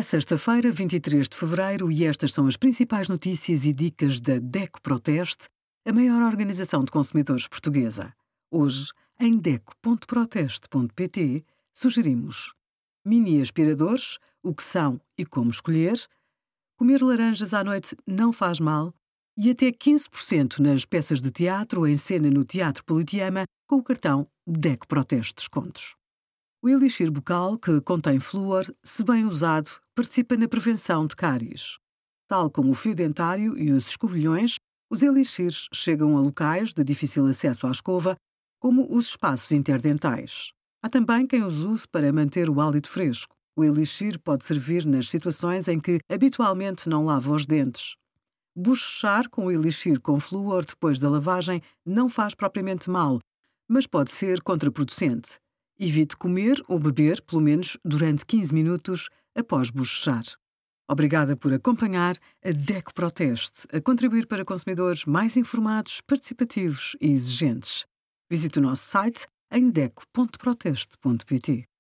É sexta-feira, 23 de fevereiro, e estas são as principais notícias e dicas da DECO Proteste, a maior organização de consumidores portuguesa. Hoje, em DECO.proteste.pt, sugerimos mini aspiradores, o que são e como escolher, comer laranjas à noite não faz mal e até 15% nas peças de teatro em cena no Teatro Politeama com o cartão DECO Proteste Descontos. O elixir bucal, que contém flúor, se bem usado, participa na prevenção de cáries. Tal como o fio dentário e os escovilhões, os elixires chegam a locais de difícil acesso à escova, como os espaços interdentais. Há também quem os use para manter o hálito fresco. O elixir pode servir nas situações em que habitualmente não lava os dentes. Bochechar com o elixir com flúor depois da lavagem não faz propriamente mal, mas pode ser contraproducente. Evite comer ou beber, pelo menos durante 15 minutos, após bochechar. Obrigada por acompanhar a DECO Proteste, a contribuir para consumidores mais informados, participativos e exigentes. Visite o nosso site em deco.proteste.pt.